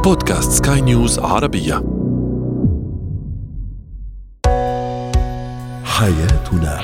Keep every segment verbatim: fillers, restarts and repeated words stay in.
بودكاست سكاي نيوز عربية. حياتنا.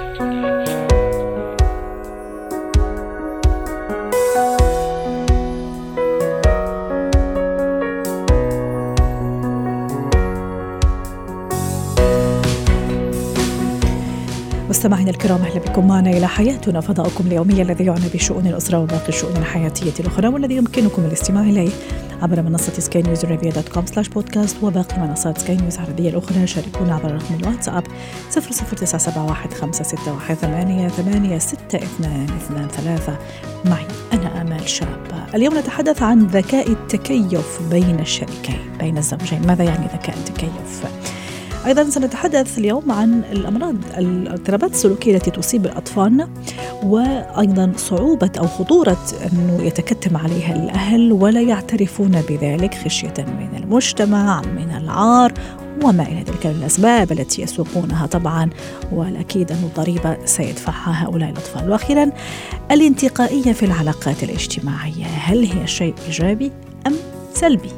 مستمعينا الكرام، أهلا بكم معنا إلى حياتنا، فضاؤكم اليومي الذي يعنى بشؤون الأسرة وباقي الشؤون الحياتية الأخرى، والذي يمكنكم الاستماع إليه عبر منصة سكاي نيوز عربية دوت كوم سلاش بودكاست وباقي منصات سكاي نيوز عربية الأخرى. شاركونا عبر رقم الواتساب صفر صفر تسعة سبعة واحد خمسة ستة واحد ثمانية ثمانية ستة اثنان اثنان ثلاثة. معي أنا آمال شابة. اليوم نتحدث عن ذكاء التكيف بين الشريكين، بين الزوجين. ماذا يعني ذكاء التكيف؟ أيضا سنتحدث اليوم عن الأمراض الاضطرابات السلوكية التي تصيب الأطفال، وأيضا صعوبة أو خطورة أنه يتكتم عليها الأهل ولا يعترفون بذلك خشية من المجتمع، من العار وما إلى ذلك من الأسباب التي يسوقونها طبعا، والأكيد أن ضريبة سيدفعها هؤلاء الأطفال. وأخيرا الانتقائية في العلاقات الاجتماعية، هل هي شيء إيجابي أم سلبي؟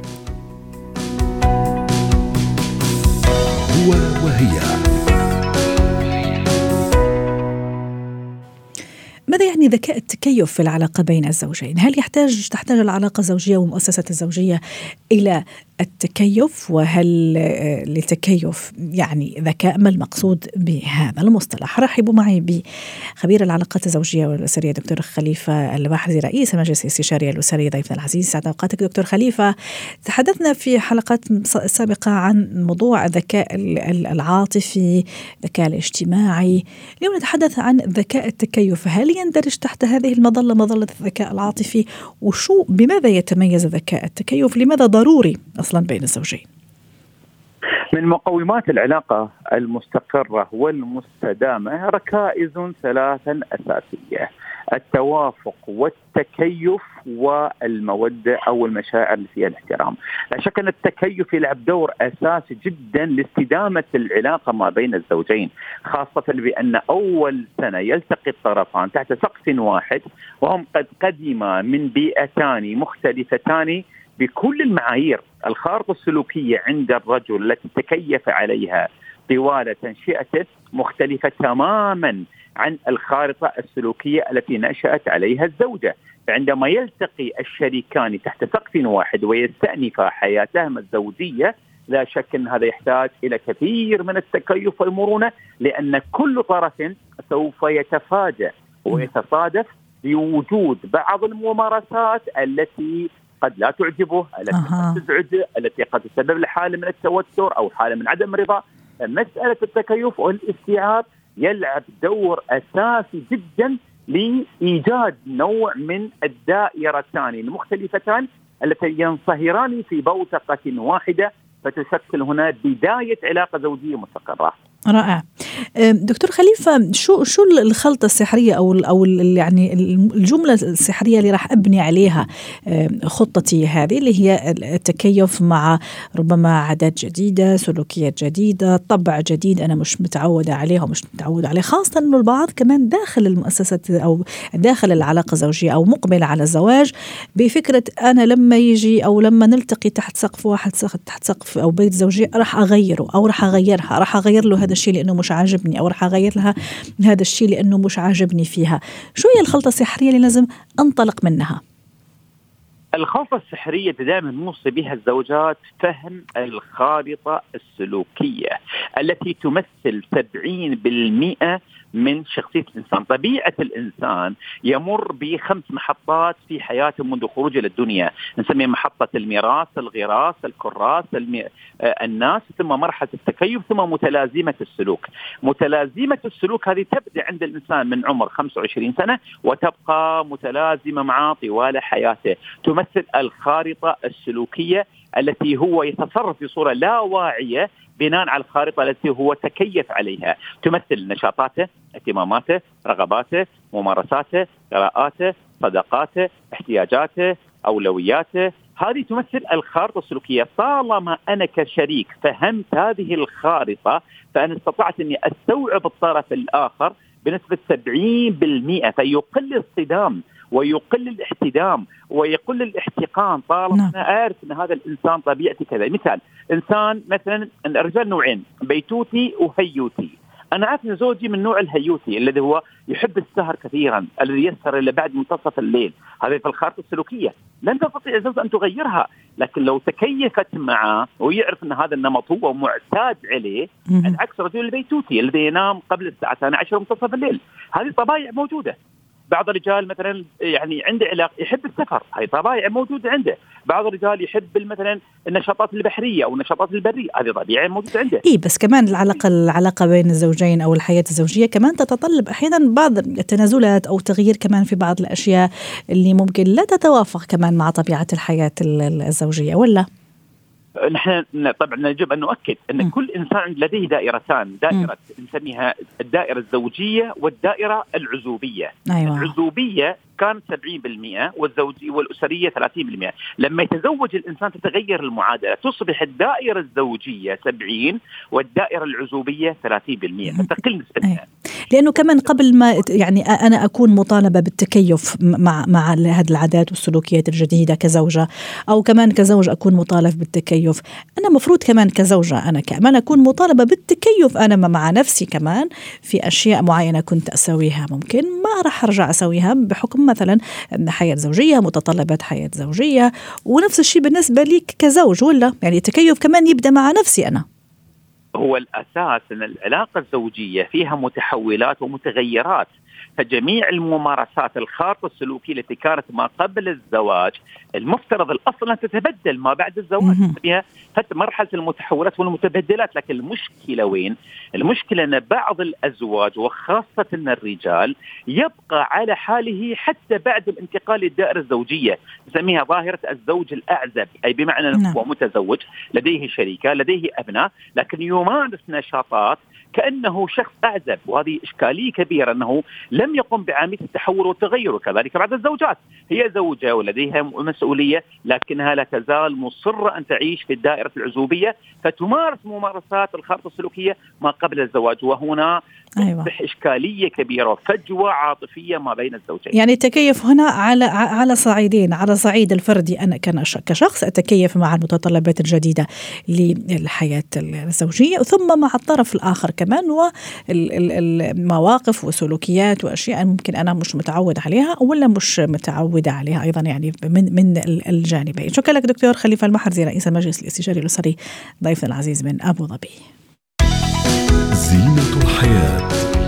هو وهي. ماذا يعني ذكاء التكيف في العلاقة بين الزوجين؟ هل يحتاج تحتاج العلاقة الزوجية ومؤسسة الزوجية إلى التكيف؟ وهل للتكيف يعني ذكاء؟ ما المقصود بهذا المصطلح؟ رحبوا معي بخبير العلاقات الزوجية والأسرية دكتور خليفة الباحثي، رئيس المجلس الاستشاري الأسري، ضيفنا العزيز. سعد أوقاتك دكتور خليفة. تحدثنا في حلقات سابقة عن موضوع الذكاء العاطفي، الذكاء الاجتماعي. اليوم نتحدث عن ذكاء التكيف. هل يندرج تحت هذه المظلة مظلة الذكاء العاطفي؟ وشو بماذا يتميز ذكاء التكيف؟ لماذا ضروري أصلا بين الزوجين؟ من مقومات العلاقة المستقرة والمستدامة ركائز ثلاثا أساسية: التوافق والتكيف والمودة أو المشاعر اللي فيها الاحترام. لا شك أن التكيف يلعب دور أساسي جدا لاستدامة العلاقة ما بين الزوجين، خاصة بأن أول سنة يلتقي الطرفان تحت سقف واحد وهم قد قدما من بيئتان مختلفتان بكل المعايير. الخارطة السلوكية عند الرجل التي تكيف عليها طوال تنشئته مختلفة تماما عن الخارطة السلوكية التي نشأت عليها الزوجة. فعندما يلتقي الشريكان تحت سقف واحد ويستأنفا حياتهما الزوجية، لا شك أن هذا يحتاج إلى كثير من التكيف والمرونة، لأن كل طرف سوف يتفاجأ ويتصادف بوجود بعض الممارسات التي قد لا تعجبه، التي قد تزعجه، التي قد تسبب له حالة من التوتر أو حالة من عدم الرضا. مسألة التكيف والاستيعاب يلعب دور أساسي جدا لإيجاد نوع من الدائرتان المختلفتان التي ينصهران في بوتقة واحدة، فتشكل هنا بداية علاقة زوجية مستقرة. رائع. دكتور خليفة، شو شو الخلطة السحرية أو أو يعني الجملة السحرية اللي راح أبني عليها خطتي هذه، اللي هي التكيف مع ربما عادات جديدة، سلوكيات جديدة، طبع جديد أنا مش متعودة عليه ومش متعودة عليه، خاصة إنه البعض كمان داخل المؤسسة أو داخل العلاقة الزوجية أو مقبلة على الزواج بفكرة أنا لما يجي أو لما نلتقي تحت سقف واحد تحت سقف أو بيت زوجي راح أغيره أو راح أغيرها، راح أغير له هذا الشيء لأنه مش عاجبني، أو راح أغير لها هذا الشيء لأنه مش عاجبني فيها. شو هي الخلطة السحرية اللي لازم أنطلق منها؟ الخلطة السحرية دائما نوصي بها الزوجات فهم الخارطة السلوكية التي تمثل سبعين بالمئة من شخصية الإنسان. طبيعة الإنسان يمر بخمس محطات في حياته منذ خروجه للدنيا، نسميها محطة الميراث، الغراس، الكراس، المي... الناس، ثم مرحلة التكيف، ثم متلازمة السلوك. متلازمة السلوك هذه تبدأ عند الإنسان من عمر خمسة وعشرين سنة وتبقى متلازمة معه طوال حياته. تمثل الخارطة السلوكية التي هو يتصرف بصورة لا واعية بناء على الخارطة التي هو تكيف عليها. تمثل نشاطاته، اهتماماته، رغباته، ممارساته، قراءاته، صداقاته، احتياجاته، أولوياته. هذه تمثل الخارطة السلوكية. طالما أنا كشريك فهمت هذه الخارطة فأنا استطعت أني أستوعب الطرف الآخر بنسبة سبعين بالمئة، فيقل الصدام ويقل الاحتدام ويقل الاحتقان طالما نعم. أنا أعرف أن هذا الإنسان طبيعتي كذا. مثال إنسان مثلا الرجال نوعين، بيتوتي وهيوتي. أنا أعرف أن زوجي من نوع الهيوتي الذي هو يحب السهر كثيرا، الذي يسهر إلى بعد منتصف الليل. هذه في الخارطة السلوكية لن تستطيع الزوجة أن تغيرها، لكن لو تكيفت معه ويعرف أن هذا النمط هو معتاد عليه، العكس رجل البيتوتي الذي ينام قبل الساعة الثانية عشر منتصف الليل. هذه طبائع موجودة. بعض الرجال مثلا يعني عنده علاقة يحب السفر، هذه طبائع موجودة عنده. بعض الرجال يحب مثلا النشاطات البحرية أو النشاطات البرية، هذه طبيعة موجودة عنده. إيه بس كمان العلاقة العلاقة بين الزوجين أو الحياة الزوجية كمان تتطلب أحيانا بعض التنازلات أو تغيير كمان في بعض الأشياء اللي ممكن لا تتوافق كمان مع طبيعة الحياة الزوجية، ولا؟ نحن طبعا نجب أن نؤكد أن م. كل إنسان لديه دائرتان، دائرة م. نسميها الدائرة الزوجية والدائرة العزوبية. أيوة. العزوبية كانت سبعين بالمئة والزوجية والأسرية ثلاثين بالمئة. لما يتزوج الإنسان تتغير المعادلة، تصبح الدائرة الزوجية سبعين والدائرة العزوبية ثلاثين بالمئة، فتقل نسبتها. لأنه كمان قبل ما يعني أنا أكون مطالبة بالتكيف مع مع هذه العادات والسلوكيات الجديدة كزوجة، أو كمان كزوج أكون مطالب بالتكيف، أنا مفروض كمان كزوجة أنا كمان أكون مطالبة بالتكيف أنا مع نفسي كمان في أشياء معينة كنت أسويها ممكن ما راح أرجع أسويها بحكم مثلا حياة زوجية، متطلبات حياة زوجية. ونفس الشيء بالنسبة لي كزوج، ولا يعني التكيف كمان يبدأ مع نفسي أنا. هو الأساس أن العلاقة الزوجية فيها متحولات ومتغيرات، فجميع الممارسات الخارطة السلوكية التي كانت ما قبل الزواج المفترض الأصل أن تتبدل ما بعد الزواج فيها حتى مرحلة المتحولات والمتبدلات. لكن المشكلة وين؟ المشكلة أن بعض الأزواج وخاصة الرجال يبقى على حاله حتى بعد الانتقال للدائرة الزوجية، نسميها ظاهرة الزوج الأعزب، أي بمعنى أنه هو متزوج لديه شريكة لديه أبناء لكن يمارس نشاطات كأنه شخص أعزب، وهذه إشكالية كبيرة أنه لم يقم بعملية التحول والتغير. وكذلك بعض الزوجات هي زوجة ولديها مسؤولية لكنها لا تزال مصرة أن تعيش في الدائرة العزوبية، فتمارس ممارسات الخارطة السلوكية ما قبل الزواج، وهنا أيوة. إشكالية كبيرة وفجوة عاطفية ما بين الزوجين. يعني التكيف هنا على على صعيدين، على صعيد الفردي أنا كشخص أتكيف مع المتطلبات الجديدة للحياة الزوجية، ثم مع الطرف الآخر كمان والمواقف وسلوكيات وأشياء ممكن أنا مش متعود عليها ولا مش متعودة عليها أيضا، يعني من من الجانبين. شكرا لك دكتور خليفة المحرزي رئيس المجلس الاستشاري الأسري ضيفنا العزيز من أبو ظبي. زينة الحياة.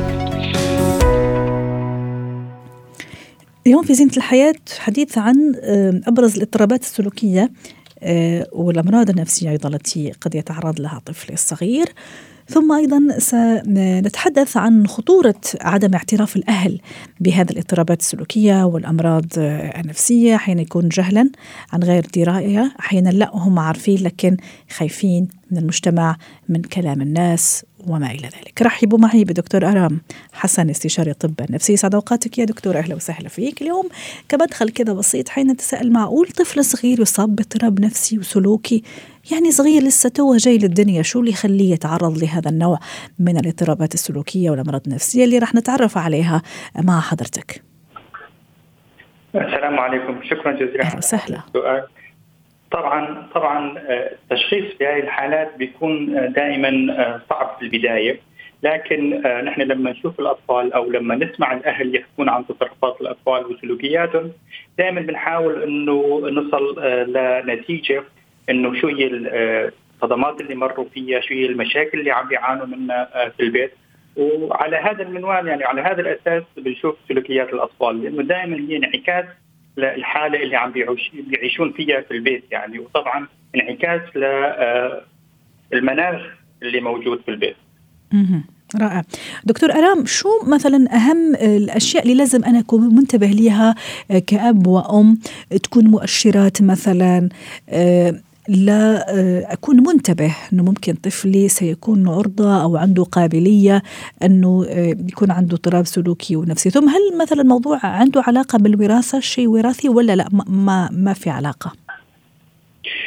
اليوم في زينة الحياة حديث عن أبرز الاضطرابات السلوكية والأمراض النفسية أيضا التي قد يتعرض لها الطفل الصغير، ثم أيضا سنتحدث عن خطورة عدم اعتراف الأهل بهذه الاضطرابات السلوكية والأمراض النفسية، أحيانا يكون جهلا عن غير دراية، أحيانا لا هم عارفين لكن خايفين من المجتمع من كلام الناس وما إلى ذلك. رحبوا معي بدكتور أرام حسن استشاري الطب النفسي. سعد أوقاتك يا دكتور، أهلا وسهلا فيك. اليوم كمدخل كذا بسيط حين نتساءل، معقول طفل صغير يصاب باضطراب نفسي وسلوكي؟ يعني صغير لسه توه جاي للدنيا، شو اللي يخليه يتعرض لهذا النوع من الاضطرابات السلوكية والأمراض النفسية اللي راح نتعرف عليها مع حضرتك؟ السلام عليكم، شكرا جزيلا. أهلا وسهلا. طبعا طبعا التشخيص في هذه الحالات بيكون دائما صعب في البداية، لكن نحن لما نشوف الأطفال أو لما نسمع الأهل يحكون عن تصرفات الأطفال وسلوكياتهم دائما بنحاول إنه نصل لنتيجة إنه شو هي الصدمات اللي مروا فيها، شو هي المشاكل اللي عم بيعانوا منها في البيت، وعلى هذا المنوال يعني على هذا الأساس بنشوف سلوكيات الأطفال، لأنه دائما هي انعكاس للحالة اللي عم بيعيشون فيها في البيت يعني، وطبعا انعكاس للمناخ اللي موجود في البيت. رائع. دكتور أرام، شو مثلا أهم الأشياء اللي لازم أنا أكون منتبه لها كأب وأم تكون مؤشرات مثلا لا أكون منتبه أنه ممكن طفلي سيكون عرضة أو عنده قابلية أنه يكون عنده اضطراب سلوكي ونفسي؟ ثم هل مثلا الموضوع عنده علاقة بالوراثة، شيء وراثي ولا لا ما ما في علاقة؟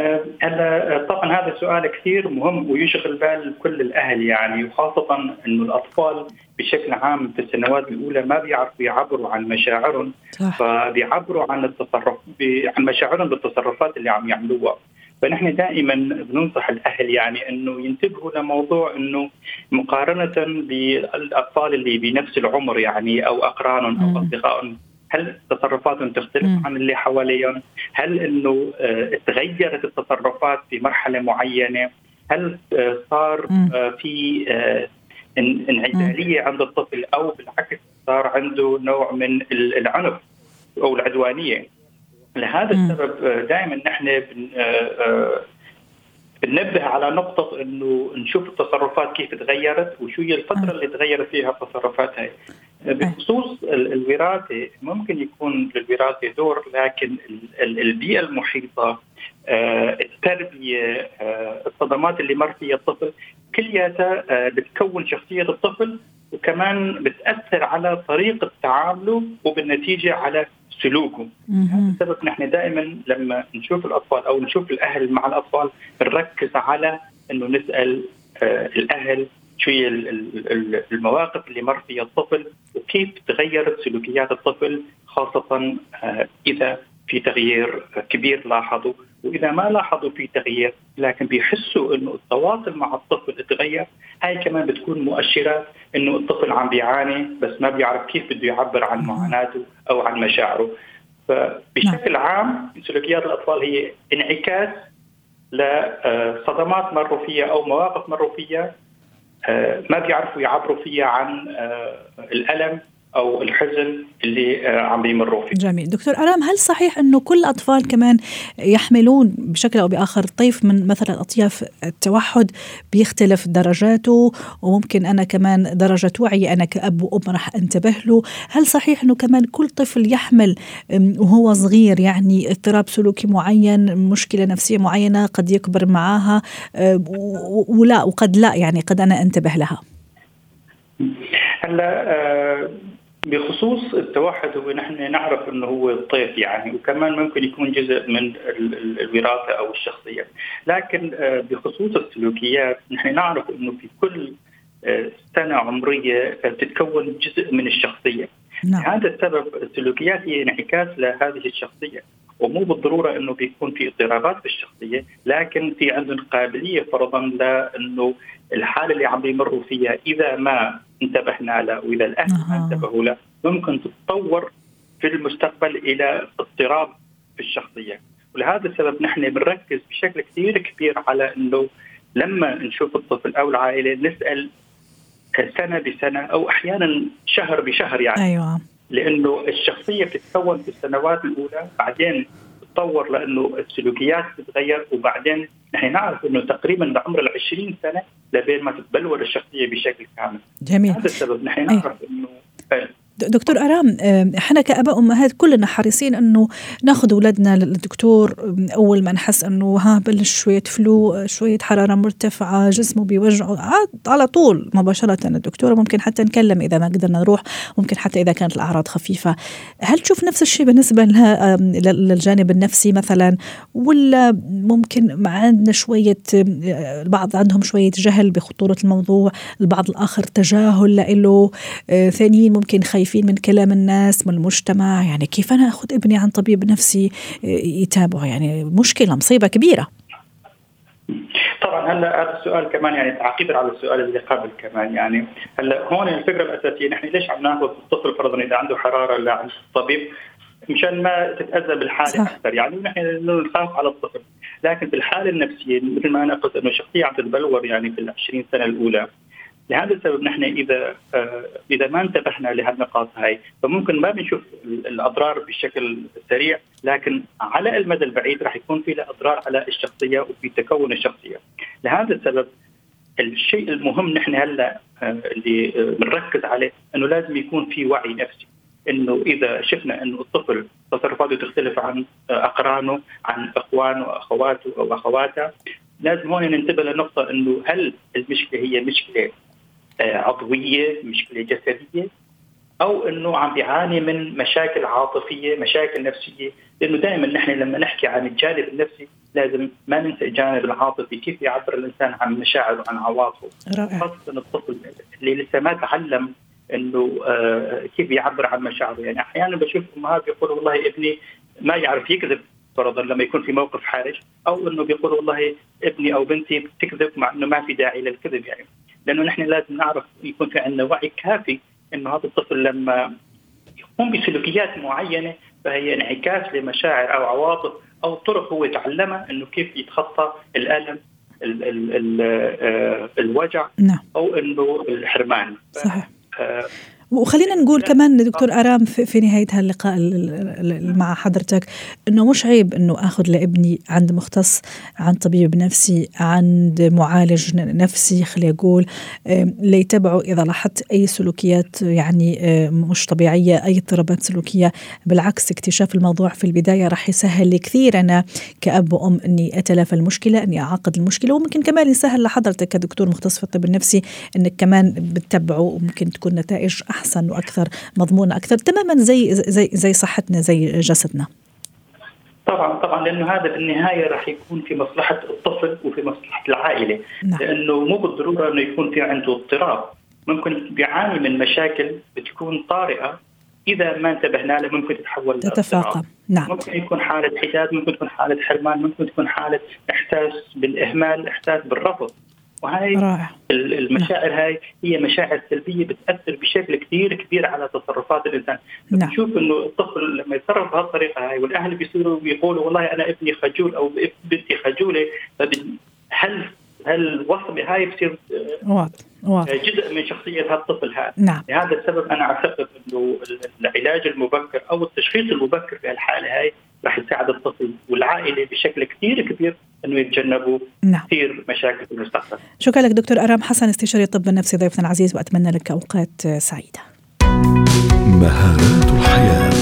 هلا طبعا هذا سؤال كثير مهم ويشغل بال كل الأهل يعني، وخاصة إنه الأطفال بشكل عام في السنوات الأولى ما بيعرفوا يعبروا عن مشاعرهم، فبيعبروا عن التصرف عن مشاعرهم بالتصرفات اللي عم يعملوها. فنحن دائما بننصح الأهل يعني إنه ينتبهوا لموضوع إنه مقارنة بالأطفال اللي بنفس العمر يعني أو أقرانهم أو أصدقائهم، هل تصرفاتهم تختلف م. عن اللي حواليهم؟ هل انه اه تغيرت التصرفات في مرحله معينه؟ هل اه صار اه في اه انعزاليه عند الطفل، او بالعكس صار عنده نوع من العنف او العدوانيه؟ لهذا السبب دائما نحن بن بننبه على نقطة إنه نشوف التصرفات كيف تغيرت وشو هي الفترة اللي تغيرت فيها التصرفات هاي. بخصوص الوراثة ممكن يكون للوراثة دور، لكن البيئة المحيطة، التربية، الصدمات اللي مر فيها الطفل كلياتها بتكون شخصية الطفل، وكمان بتأثر على طريقة تعامله وبالنتيجة على سلوكه. هذا السبب نحن دائما لما نشوف الأطفال أو نشوف الأهل مع الأطفال نركز على إنه نسأل الأهل شو هي المواقف اللي مر فيها الطفل وكيف تغيرت سلوكيات الطفل، خاصة إذا في تغيير كبير لاحظوا، وإذا ما لاحظوا في تغيير لكن بيحسوا إنه التواصل مع الطفل اتغير، هاي كمان بتكون مؤشرات إنه الطفل عم بيعاني بس ما بيعرف كيف بده يعبر عن معاناته أو عن مشاعره. فبشكل عام سلوكيات الأطفال هي انعكاس لصدمات مروا فيها أو مواقف مروا فيها ما بيعرفوا يعبروا فيها عن الألم أو الحزن اللي عم بيمروا فيه. جميل. دكتور أرام، هل صحيح أنه كل الأطفال كمان يحملون بشكل أو بآخر طيف من مثلا أطياف التوحد بيختلف درجاته، وممكن أنا كمان درجة وعي أنا كأب وأم رح أنتبه له؟ هل صحيح أنه كمان كل طفل يحمل وهو صغير يعني اضطراب سلوكي معين، مشكلة نفسية معينة قد يكبر معاها ولا وقد لا يعني قد أنا أنتبه لها؟ هلا بخصوص التوحد هو نحن نعرف انه هو الطيف يعني، وكمان ممكن يكون جزء من الوراثه او الشخصيه، لكن بخصوص السلوكيات نحن نعرف انه في كل سنه عمريه تتكون جزء من الشخصيه. نعم. هذا السبب السلوكيات هي انعكاس لهذه الشخصيه، ومو بالضروره انه بيكون في اضطرابات في الشخصيه، لكن في عندهم قابليه فرضا لانه الحاله اللي عم بيمروا فيها اذا ما انتبهنا له واذا الاهل ما انتبهوا له ممكن تتطور في المستقبل الى اضطراب في الشخصيه. ولهذا السبب نحن بنركز بشكل كثير كبير على انه لما نشوف الطفل او العائله نسال سنه بسنه او احيانا شهر بشهر يعني. أيوة. لانه الشخصيه بتتكون في السنوات الاولى، بعدين تتطور لانه السلوكيات تتغير، وبعدين نحن نعرف انه تقريبا لعمر العشرين سنه لبين ما تتبلور الشخصيه بشكل كامل. جميل. هذا السبب نحن نعرف أيوة. انه دكتور أرام، احنا كأباء أمهات كلنا حريصين أنه ناخذ أولادنا للدكتور أول ما نحس أنه ها بلش شوية فلو، شوية حرارة مرتفعة، جسمه بيوجعه، على طول مباشرة الدكتور. ممكن حتى نكلم إذا ما قدرنا نروح، ممكن حتى إذا كانت الأعراض خفيفة. هل تشوف نفس الشيء بالنسبة للجانب النفسي مثلا، ولا ممكن مع عندنا شوية البعض عندهم شوية جهل بخطورة الموضوع، البعض الآخر تجاهل لإله، ثانيين ممكن خايفين من كلام الناس من المجتمع؟ يعني كيف أنا أخذ ابني عن طبيب نفسي يتابعه؟ يعني مشكلة مصيبة كبيرة. طبعا هلا هذا السؤال كمان يعني تعقيبا على السؤال اللي قبل كمان يعني. هلا هون الفكرة الأساسية نحن ليش عم ناخذ الطفل فرضا إذا عنده حرارة لعند الطبيب؟ مشان ما تتأذى بالحالة أكثر يعني، ونحن نخاف على الطفل. لكن في الحالة النفسية مثل ما أنا قلت إنه الشخصية عم تتبلور يعني في العشرين سنة الأولى. لهذا السبب نحن إذا إذا ما انتبهنا لهالنقاط هاي فممكن ما بنشوف الأضرار بشكل سريع، لكن على المدى البعيد راح يكون في له أضرار على الشخصية وفي تكون الشخصية. لهذا السبب الشيء المهم نحن هلا اللي بنركز عليه إنه لازم يكون في وعي نفسي، إنه إذا شفنا إنه الطفل تصرفاته تختلف عن أقرانه، عن إخوانه وأخواته أو أخواته، لازم هون ننتبه لنقطة إنه هل المشكلة هي مشكلة عضوية، مشكلة جسدية، أو أنه عم بيعاني من مشاكل عاطفية، مشاكل نفسية. لأنه دائما نحن لما نحكي عن الجانب النفسي لازم ما ننسى الجانب العاطفي، كيف يعبر الإنسان عن مشاعره وعن عواطفه، خاصة الطفل اللي لسه ما تعلم أنه آه كيف يعبر عن مشاعره. يعني أحيانا بشوف أمهات بيقولوا والله ابني ما يعرف يكذب فرضا لما يكون في موقف حرج، أو أنه بيقولوا والله ابني أو بنتي بتكذب مع أنه ما في داعي للكذب. يعني لأنه نحن لازم نعرف يكون في عندنا وعي كافي أنه هذا الطفل لما يقوم بسلوكيات معينة فهي انعكاس لمشاعر أو عواطف أو طرق هو يتعلمها أنه كيف يتخطى الألم، ال ال ال الوجع، نعم. أو أنه الحرمان. صحيح. وخلينا نقول كمان دكتور آرام في نهاية هاللقاء مع حضرتك إنه مش عيب إنه أخذ لابني عند مختص، عند طبيب نفسي، عند معالج نفسي خلي أقول، ليتبعوا إذا لاحظت أي سلوكيات يعني مش طبيعية، أي اضطرابات سلوكية. بالعكس اكتشاف الموضوع في البداية راح يسهل لي كثير أنا كأب وأم إني أتلافى المشكلة، إني أعاقد المشكلة، وممكن كمان يسهل لحضرتك كدكتور مختص في الطب النفسي إنك كمان بتتبعوا وممكن تكون نتائج أحسن وأكثر مضمونة أكثر، تماما زي زي زي صحتنا زي جسدنا. طبعا طبعا لأنه هذا بالنهاية راح يكون في مصلحة الطفل وفي مصلحة العائلة. نعم. لأنه مو بالضرورة إنه يكون في عنده اضطراب، ممكن بيعاني من مشاكل بتكون طارئة إذا ما انتبهنا له ممكن تتحول تتفاقم. نعم. ممكن يكون حالة حداد، ممكن تكون حالة حرمان، ممكن تكون حالة إحساس بالإهمال، إحساس بالرفض. وهاي رائع. المشاعر نعم. هاي هي مشاعر سلبية بتأثر بشكل كثير كبير على تصرفات الإنسان. نعم. بنشوف إنه الطفل لما يتصرف بهالطريقة هاي والأهل بيصيروا بيقولوا والله أنا ابني خجول أو بنتي خجولة، هل هل وصمة هاي بصير جزء من شخصية هالطفل هذا. نعم. لهذا السبب أنا أعتقد إنه العلاج المبكر أو التشخيص المبكر في الحالة هاي راح يساعد الطفل والعائلة بشكل كثير كبير إنه يتجنبوا نعم. كثير مشاكل في المستقبل. شكرا لك دكتور آرام حسن، استشاري الطب النفسي، ضيفنا العزيز، وأتمنى لك أوقات سعيدة. مهارات الحياة.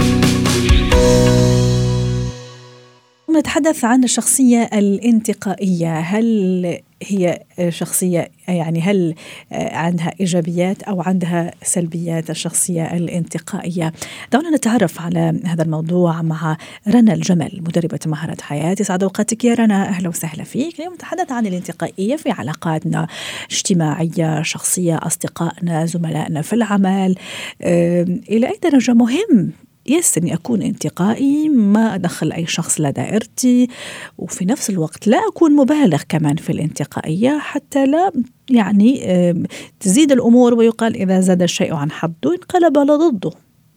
نتحدث عن الشخصية الانتقائية. هل هي شخصية يعني هل عندها إيجابيات أو عندها سلبيات الشخصية الانتقائية؟ دعونا نتعرف على هذا الموضوع مع رنا الجمل، مدربة مهارات حياة. يسعد أوقاتك يا رنا، أهلا وسهلا فيك. اليوم نتحدث عن الانتقائية في علاقاتنا اجتماعية، شخصية، أصدقائنا، زملائنا في العمل. إلى أي درجة مهم يس أني أكون انتقائي، ما أدخل أي شخص لدائرتي، وفي نفس الوقت لا أكون مبالغ كمان في الانتقائية حتى لا يعني تزيد الأمور، ويقال إذا زاد الشيء عن حده انقلب لضده.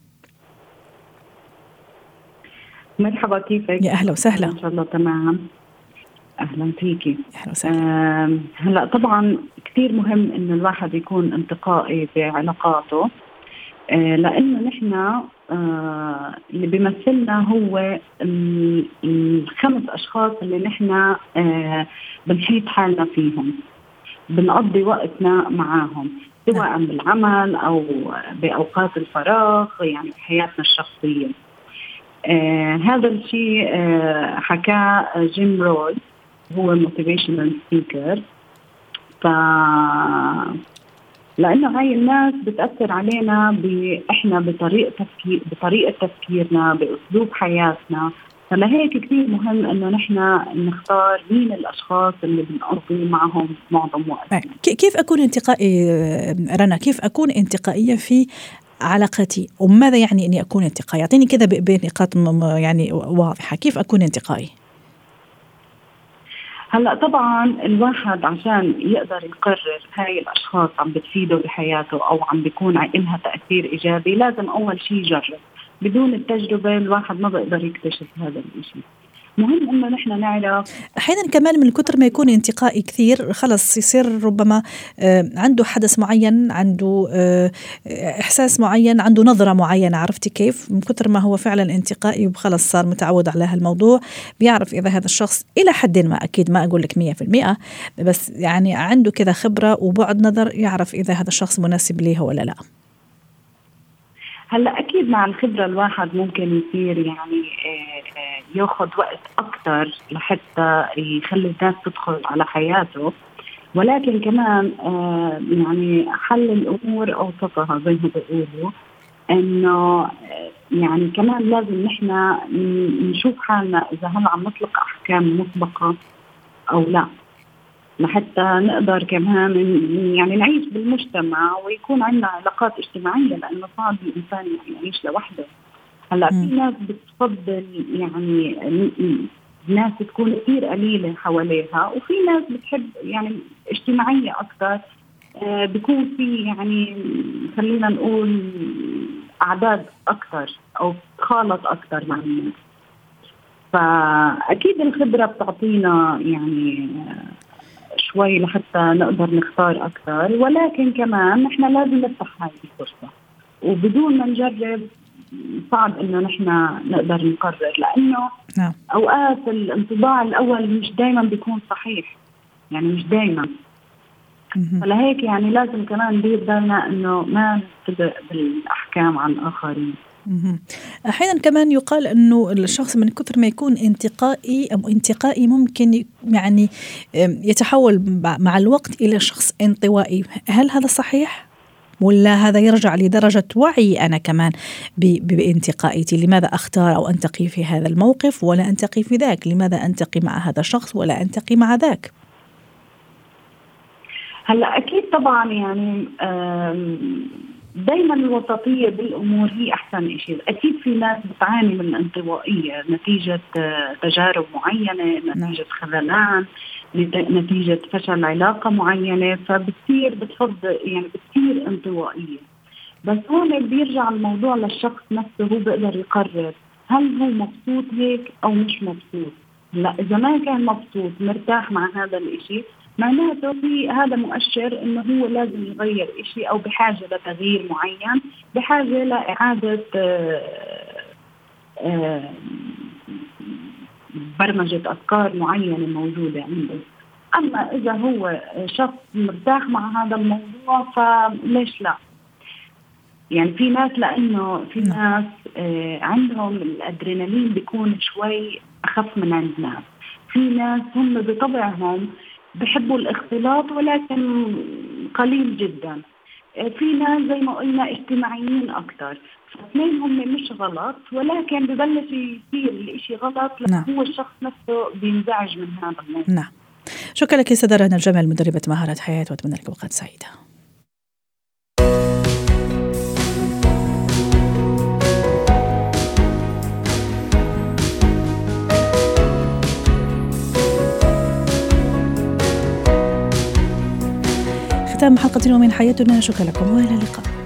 مرحبا، كيفك؟ يا أهلا وسهلا. إن شاء الله تمام. أهلا فيكي. أهلا وسهلا. هلأ طبعا كتير مهم إنه الواحد يكون انتقائي بعلاقاته، لأنه نحن آه اللي بيمثلنا هو الخمس أشخاص اللي نحن آه بنحيط حالنا فيهم، بنقضي وقتنا معاهم سواء بالعمل أو بأوقات الفراغ، يعني بحياتنا الشخصية. آه هذا الشيء آه حكاه جيم روز، هو motivational speaker. ف لأنه هاي الناس بتأثر علينا بإحنا بطريقة تفكير بطريقة تفكيرنا، بأسلوب حياتنا. فلهيك كثير مهم إنه نحن نختار مين الأشخاص اللي بنقضي معهم معظم وقتنا. كيف أكون انتقائي رنا؟ كيف أكون انتقائية في علاقتي؟ وماذا يعني إني أكون انتقائي؟ أعطيني كذا بنقاط يعني واضحة. كيف أكون انتقائي؟ هلأ طبعا الواحد عشان يقدر يقرر هاي الأشخاص عم بتفيده بحياته أو عم بيكون لها تأثير إيجابي، لازم أول شيء يجرب. بدون التجربة الواحد ما بيقدر يكتشف هذا الشيء. مهم إنه نحن نعرف. أحيانا كمان من كتر ما يكون انتقائي كثير خلص يصير ربما عنده حدث معين، عنده إحساس معين، عنده نظرة معينة، عرفتي كيف؟ من كتر ما هو فعلا انتقائي وخلص صار متعود على هالموضوع، بيعرف إذا هذا الشخص إلى حد ما، أكيد ما أقول لك مية في المية، بس يعني عنده كذا خبرة وبعد نظر، يعرف إذا هذا الشخص مناسب ليه ولا لا. هلا أكيد مع الخبرة الواحد ممكن يصير يعني ياخذ وقت أكتر لحتى يخلي الناس تدخل على حياته، ولكن كمان يعني حل الأمور أوسطها زي ما بيقولوا. إنه يعني كمان لازم نحن نشوف حالنا إذا هل عم نطلق أحكام مسبقة أو لا، لحتى نقدر كمان يعني نعيش بالمجتمع ويكون عندنا علاقات اجتماعية، لأنه صعب الإنسان يعيش لوحده. هلا في ناس بتفضل يعني ناس تكون كثير قليلة حواليها، وفي ناس بتحب يعني اجتماعية أكثر، آه بيكون في يعني خلينا نقول أعداد أكثر أو تخالط أكثر مع الناس. فأكيد الخبرة بتعطينا يعني شوي لحتى نقدر نختار أكثر، ولكن كمان نحن لازم نفتح هاي الفرصة، وبدون ما نجرب صعب إنه نحن نقدر نقرر، لأنه نعم. أوقات الانطباع الأول مش دايما بيكون صحيح، يعني مش دايما. فلهيك يعني لازم كمان ندير بالنا إنه ما نبتدئ بالأحكام عن الآخرين. أحيانا كمان يقال أنه الشخص من كثر ما يكون انتقائي أو انتقائي ممكن يعني يتحول مع الوقت إلى شخص انطوائي. هل هذا صحيح؟ ولا هذا يرجع لدرجة وعي أنا كمان بانتقائيتي؟ لماذا أختار أو أنتقي في هذا الموقف ولا أنتقي في ذاك؟ لماذا أنتقي مع هذا الشخص ولا أنتقي مع ذاك؟ هلا أكيد طبعا يعني دايما الوسطية بالأمور هي أحسن شيء. أكيد في ناس بتعاني من الانطوائية نتيجة تجارب معينة، نتيجة خذلان، نتيجة فشل علاقة معينة، فبتصير بتفضل يعني بتصير انطوائية. بس هون بيرجع الموضوع للشخص نفسه، هو بيقدر يقرر هل هو مبسوط هيك أو مش مبسوط. لا، إذا ما كان مبسوط مرتاح مع هذا الإشي معناته في هذا مؤشر إنه هو لازم يغير إشي أو بحاجة لتغيير معين، بحاجة لإعادة آآ آآ برمجة أفكار معينة موجودة عنده. أما إذا هو شخص مرتاح مع هذا الموضوع فليش لا؟ يعني في ناس لأنه في ناس عندهم الأدرينالين بيكون شوي أخف من عند ناس. في ناس هم بطبعهم بحبوا الاختلاط ولكن قليل جدا. في ناس زي ما قلنا اجتماعيين أكتر. اثنين هم مش غلط، ولكن ببلش يصير الاشي غلط لما هو الشخص نفسه بينزعج من هذا الموضوع. نعم. شكرا لك سيدة رنا الجمل، مدربة مهارة حياة، وأتمنى لك أوقات سعيدة. ختام حلقة اليوم من حياتنا، شكرا لكم وإلى اللقاء.